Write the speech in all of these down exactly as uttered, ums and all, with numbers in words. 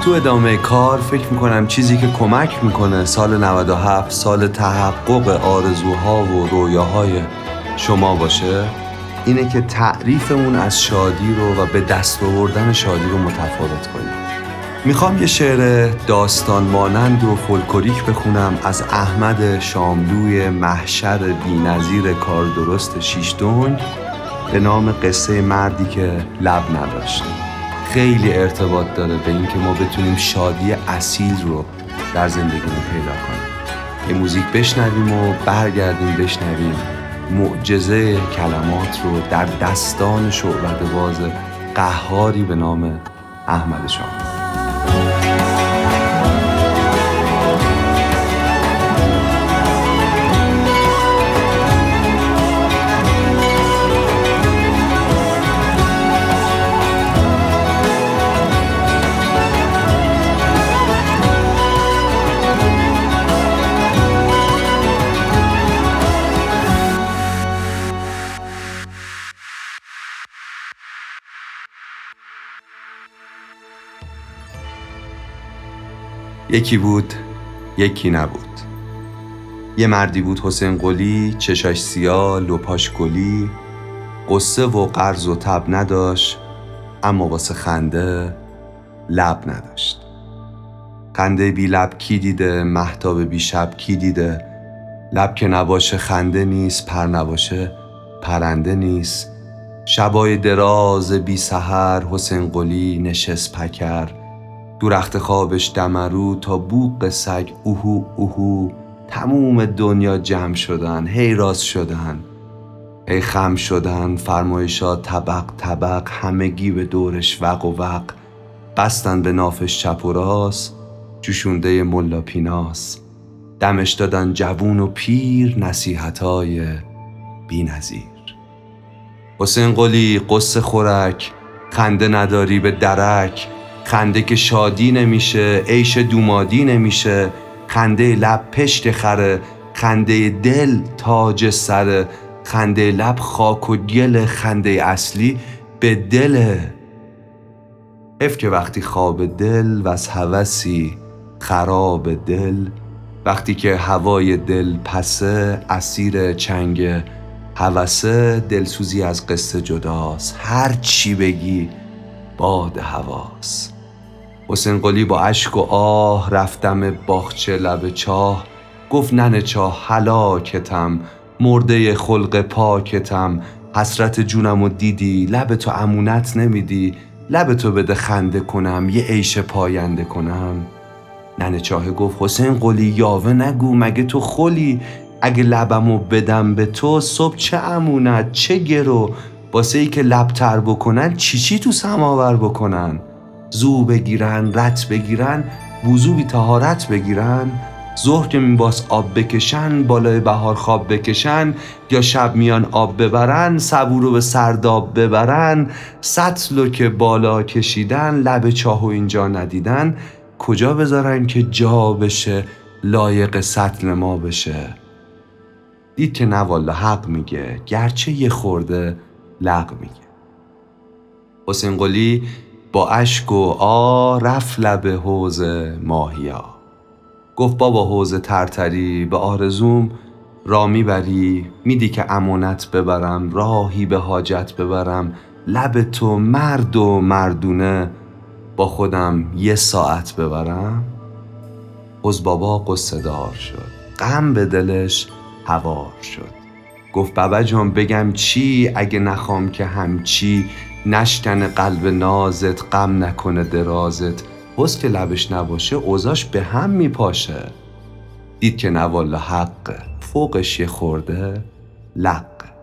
تو ادامه کار فکر میکنم چیزی که کمک میکنه سال نود و هفت سال تحقق آرزوها و رویاهای شما باشه اینه که تعریفمون از شادی رو و به دست آوردن شادی رو متفاوت کنیم. میخوام یه شعر داستان مانند و فولکلوریک بخونم از احمد شاملوی محشر بی‌نظیر کار درست شیش دنگ به نام قصه مردی که لب نداشت. خیلی ارتباط داره به این که ما بتونیم شادی اصیل رو در زندگیمون پیدا کنیم. یه موزیک بشنویم و برگردیم بشنویم معجزه کلمات رو در دستان شعبده‌باز قهاری به نام احمد شاملو. یکی بود، یکی نبود. یه مردی بود حسین قلی، چشاش سیاه، لپاش گلی، قصه و قرض و تب نداشت، اما واسه خنده لب نداشت. خنده بی لب کی دیده، مهتاب بی شب کی دیده؟ لب که نباشه خنده نیست، پر نباشه پرنده نیست. شبای دراز بی سحر حسین قلی نشست پکر، دو رخت خوابش دمرو تا بوق سگ اوهو اوهو. تموم دنیا جمع شدن، هی راست شدن هی خم شدن، فرمایشات طبق طبق، همگی به دورش وق و وق. بستن به نافش چپ و راست، جوشونده ملا پیناس. دمش دادن جوون و پیر، نصیحتای بی نظیر. حسین قلی قصه خورک، خنده نداری به درک. خنده که شادی نمیشه، عیش دومادی نمیشه. خنده لب پشت خره، خنده دل تاج سره. خنده لب خاک و گل، خنده اصلی به دله. حیف که وقتی خواب دل و از هوسی خراب دل. وقتی که هوای دل پسه، اسیر چنگ هوسه. دلسوزی از قصه جداست، هر چی بگی باد هواست. حسین قلی با اشک و آه رفتم باغچه لب چاه. گفت ننه چاه هلاکتم، مرده خلق پاکتم. حسرت جونم و دیدی، لب تو امونت نمیدی. لب تو بده خنده کنم، یه عیش پاینده کنم. ننه چاه گفت حسین قلی یاوه نگو، مگه تو خلی؟ اگه لبمو بدم به تو، صبح چه امونت چه گرو. واسه ای که لب تر بکنن، چی چی تو سماور بکنن؟ زو بگیرن، رت بگیرن، وضو بی طهارت بگیرن. ظهر که میباس آب بکشن، بالای بهار خواب بکشن. یا شب میان آب ببرن، سبو رو به سرداب ببرن. سطلو که بالا کشیدن، لب چاهو اینجا ندیدن. کجا بذارن که جا بشه، لایق سطل ما بشه؟ دید که نه والا حق میگه، گرچه یه خورده لق میگه. حسین قلی با اشک و آه رفت لب حوض ماهیا. گفت بابا حوض ترتری، به آرزوم را میبری؟ میدی که امانت ببرم، راهی به حاجت ببرم. لب تو مرد و مردونه، با خودم یه ساعت ببرم. حوض بابا قصه دار شد، غم به دلش هوار شد. گفت بابا جان بگم چی، اگه نخوام که همچی. نشکنه قلب نازت، غم نکنه درازت. حوض که لبش نباشه، اوضاش به هم میپاشه. دید که نه والا حقه، فوقش یه خورده لق.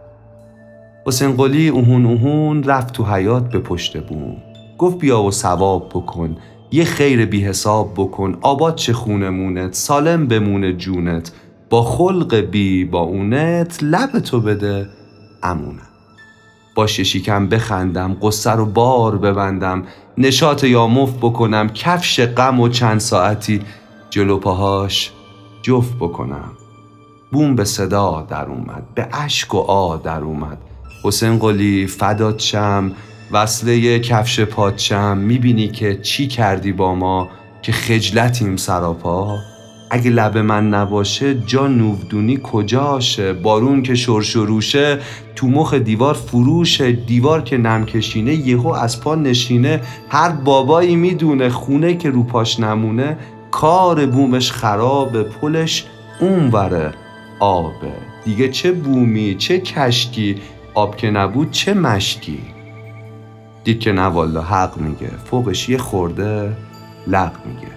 حسین قلی اوهون اوهون رفت تو حیاط به پشت بوم. گفت بیا و ثواب بکن، یه خیر بی حساب بکن. آباد چه خونه مونت، سالم بمونه جونت. با خلق بی با اونت، لب تو بده امونت. باشه شیکم بخندم، قصه رو بار ببندم. نشاط یا مفت بکنم، کفش غم و چند ساعتی جلو پاهاش جفت بکنم. بوم به صدا در اومد، به اشک و آه در اومد. حسین قلی فدات شم، وصله کفش پادشم میبینی که چی کردی با ما که خجلتیم سراپا. اگه لب من نباشه جا نوودونی کجاشه؟ بارون که شرشروشه تو مخ دیوار فروشه. دیوار که نم کشینه یهو از پا نشینه. هر بابایی میدونه خونه که رو پاش نمونه کار بومش خرابه، پلش اونوره آبه. دیگه چه بومی چه کشکی، آب که نبود چه مشکی. دید که نه والا حق میگه، فوقش یه خورده لق میگه.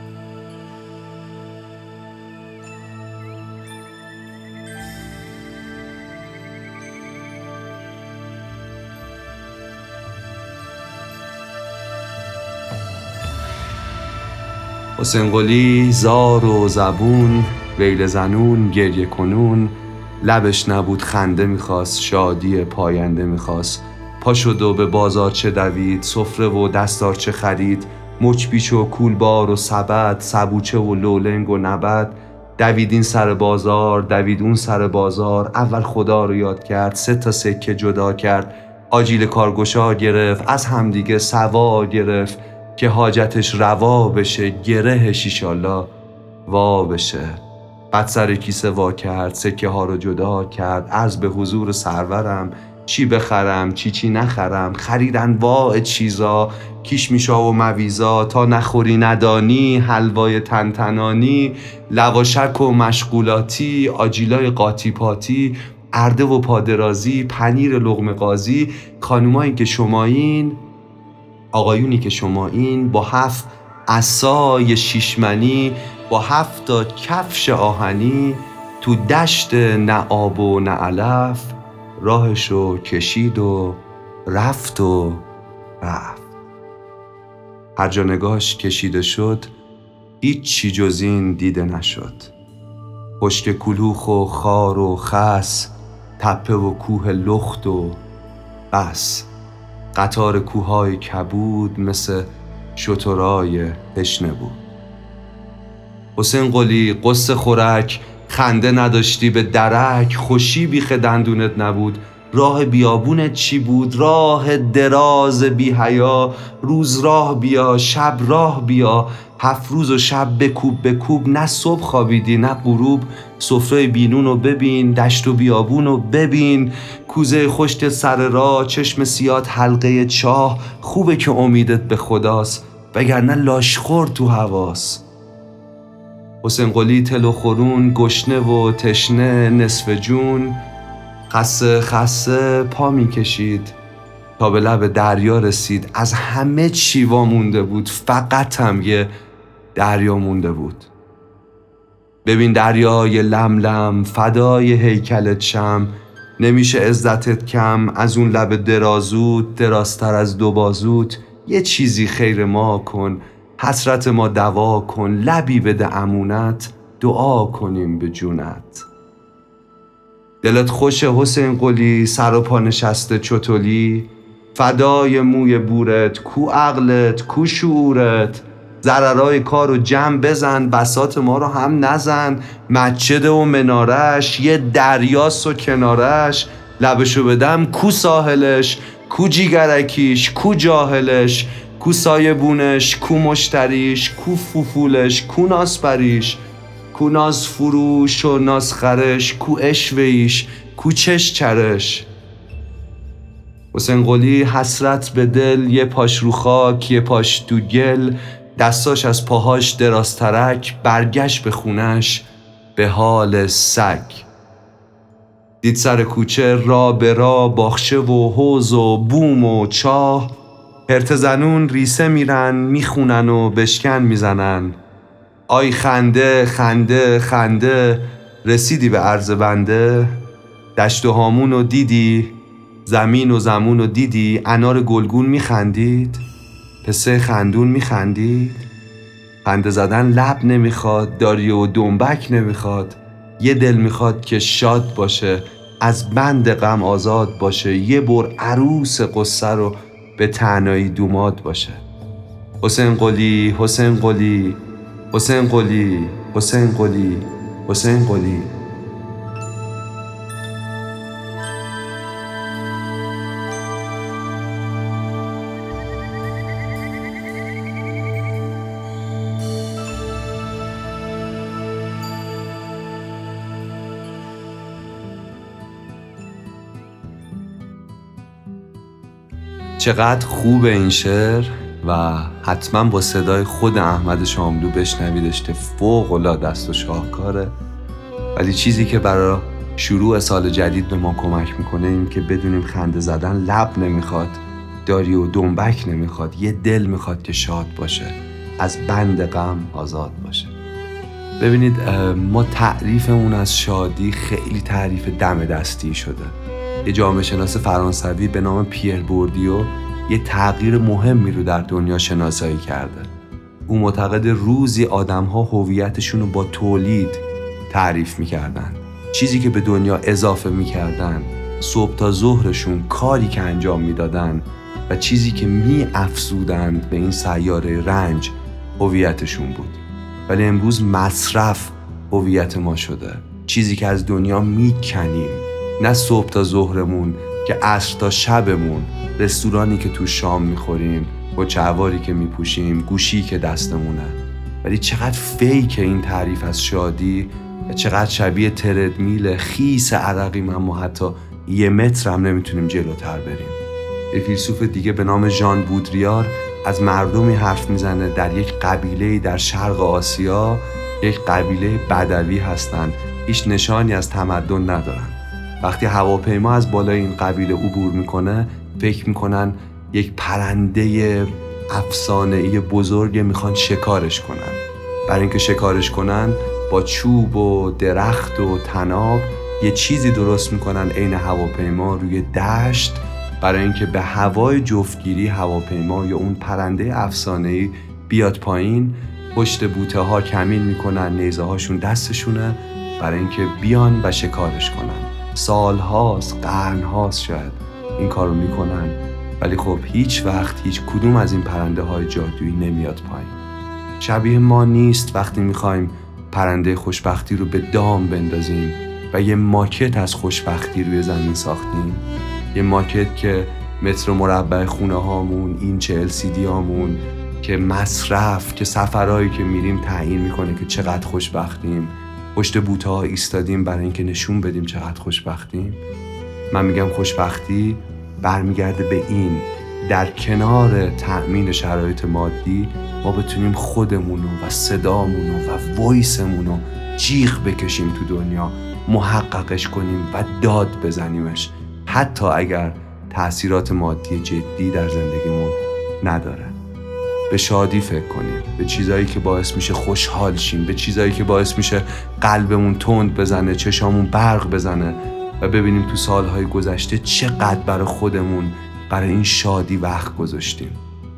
حسین قلی زار و زبون، ویل زنون گریه کنون. لبش نبود خنده میخواست، شادی پاینده میخواست. پا شد و به بازار چه دوید، سفره و دستار چه خرید. مچ پیچ و کولبار و سبد، سبوچه و لولنگ و نبد. دوید این سر بازار دوید اون سر بازار. اول خدا رو یاد کرد، سه تا سکه جدا کرد. آجیل کارگشا گرفت، از همدیگه سوا گرفت. که حاجتش روا بشه، گرهش ایشالله وا بشه. بعد سر کیسه وا کرد، سکه ها رو جدا کرد. عرض به حضور سرورم، چی بخرم چی چی نخرم. خرید انواع چیزا، کیشمیشا و مویزا. تا نخوری ندانی، حلوای تنتنانی. لواشک و مشغولاتی، آجیلای قاطی پاتی. ارده و پادرازی، پنیر لقمه قاضی. خانومایی که شمایین، آقایونی که شما این، با هفت عصای شیشمنی، با هفت تا کفش آهنی. تو دشت نه آب و نه علف، راهشو کشید و رفت و رفت. هر جا نگاهش کشیده شد، هیچ چی جز این دیده نشد. پشت کلوخ و خار و خس، تپه و کوه لخت و بس. قطار کوههای کبود مثل شترای تشنه بود. حسین قلی قصه خورک، خنده نداشتی به درک. خوشی بیخ دندونت نبود، راه بیابونت چی بود؟ راه دراز بی حیا. روز راه بیا شب راه بیا، هفت روز و شب بکوب بکوب. نه صبح خوابیدی نه غروب، سفره بینون رو ببین، دشت و بیابون رو ببین. کوزه خشک سر راه، چشم سیاد حلقه چاه. خوبه که امیدت به خداست، وگرنه لاشخور تو هواست. حسین قلی تل و خورون، گشنه و تشنه نصف جون. خسته خسته پا می کشید تا به لب دریا رسید. از همه چی وا مونده بود، فقط هم یه دریا مونده بود. ببین دریای لملم، فدای هیکلت شم. نمیشه عزتت کم، از اون لب درازوت، درازتر از دو بازوت. یه چیزی خیر ما کن، حسرت ما دوا کن. لبی بده امونت، دعا کنیم به جونت. دلت خوش حسین قلی، سر و پا نشسته چتولی. فدای موی بورت، کو عقلت کو شعورت. ضررای کارو جمع بزن، بساط ما رو هم نزن. مسجد و منارش، یه دریاست و کنارش. لبشو بدم کو ساحلش، کو جیگرکیش کو جاهلش. کو سایبونش کو مشتریش، کو فوفولش کو ناسپریش. کو ناز فروش و ناز خرش، کو اشویش کو چش چرش. حسین قلی حسرت به دل، یه پاش رو خاک یه پاش تو گل. دستاش از پاهاش درازترک، برگشت به خونش به حال سگ. دید سر کوچه را به را، باخچه و حوض و بوم و چاه. پرت زنون ریسه میرن، میخونن و بشکن میزنن. آی خنده خنده خنده، رسیدی به عرض بنده. دشت و هامون رو دیدی، زمین و زمون رو دیدی. انار گلگون میخندید، پسه خندون میخندید. خنده زدن لب نمیخواد، داری و دنبک نمیخواد. یه دل میخواد که شاد باشه، از بند غم آزاد باشه. یه بر عروس قصه رو به تنهایی دوماد باشه. حسین قلی حسین قلی حسین قلی حسین قلی حسین قلی. چقدر خوب این شعر و حتما با صدای خود احمد شاملو بشنویدش که فوق‌العاده است و شاهکاره. ولی چیزی که برای شروع سال جدید به ما کمک میکنه این که بدونیم خنده زدن لب نمیخواد، داری و دنبک نمیخواد، یه دل میخواد که شاد باشه، از بند غم آزاد باشه. ببینید ما تعریفمون از شادی خیلی تعریف دم دستی شده. یه جامعه شناس فرانسوی به نام پیر بوردیو یه تغییر مهمی رو در دنیا شناسایی کرده. او معتقد روزی آدم‌ها هویتشون رو با تولید تعریف می‌کردن. چیزی که به دنیا اضافه می‌کردن، صبح تا ظهرشون کاری که انجام می‌دادن و چیزی که می‌افزودند به این سیاره رنج هویتشون بود. ولی امروز مصرف هویت ما شده. چیزی که از دنیا می‌کنیم، نه صبح تا ظهرمون که عصر تا شبمون، رستورانی که تو شام میخوریم، کچه‌واری که میپوشیم، گوشی که دستمونه. ولی چقدر فیک این تعریف از شادی و چقدر شبیه تردمیل خیس عرقیم، اما حتی یه متر هم نمیتونیم جلوتر بریم. یه فیلسوف دیگه به نام ژان بودریار از مردمی حرف میزنه در یک قبیله در شرق آسیا، یک قبیله بدوی هستن، هیچ نشانی از تمدن ندارن. وقتی هواپیما از بالای این قبیله عبور میکنه فکر میکنن یک پرنده افسانه‌ای بزرگ میخوان شکارش کنن. برای اینکه شکارش کنن با چوب و درخت و طناب یه چیزی درست میکنن عین هواپیما روی دشت، برای اینکه به هوای جفتگیری هواپیما یا اون پرنده افسانه‌ای بیاد پایین. پشت بوته ها کمین میکنن، نیزه هاشون دستشونه، برای اینکه بیان و شکارش کنن. سال هاست، قرن هاست شاید این کارو میکنن، ولی خب هیچ وقت هیچ کدوم از این پرنده های جادویی نمیاد پایین. شبیه ما نیست وقتی میخوایم پرنده خوشبختی رو به دام بندازیم و یه ماکت از خوشبختی روی زمین ساختیم. یه ماکت که متر مربع خونه هامون، این چه ال سی دی هامون، که مصرف، که سفرهایی که میریم تعیین میکنه که چقدر خوشبختیم. پشت بوته ها ایستادیم برای اینکه نشون بدیم چقدر خوشبختیم. من میگم خوشبختی برمیگرده به این، در کنار تأمین شرایط مادی ما بتونیم خودمونو و صدامونو و وایسمونو جیغ بکشیم تو دنیا، محققش کنیم و داد بزنیمش، حتی اگر تأثیرات مادی جدی در زندگیمون نداره. به شادی فکر کنیم، به چیزایی که باعث میشه خوشحال شیم، به چیزایی که باعث میشه قلبمون تند بزنه، چشامون برق بزنه و ببینیم تو سالهای گذشته چقدر برای خودمون برای این شادی وقت گذاشتیم.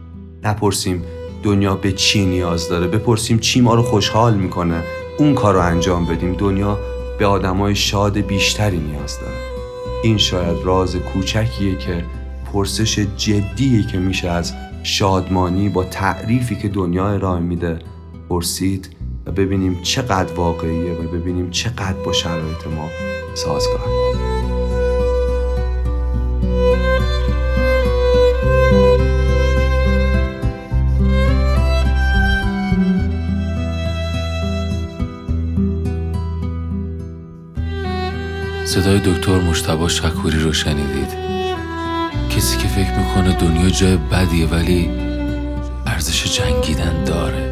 نپرسیم دنیا به چی نیاز داره، بپرسیم چی ما رو خوشحال میکنه، اون کار رو انجام بدیم. دنیا به آدمای شاد بیشتری نیاز داره. این شاید راز کوچکیه که پرسش جدیه که میشه از شادمانی با تعریفی که دنیا ارائه میده پرسید و ببینیم چقدر واقعیه و ببینیم چقدر با شرایط ما سازگار. صدای دکتر مجتبی شکوری رو شنیدید. کسی که فکر میکنه دنیا جای بدیه ولی ارزش جنگیدن داره.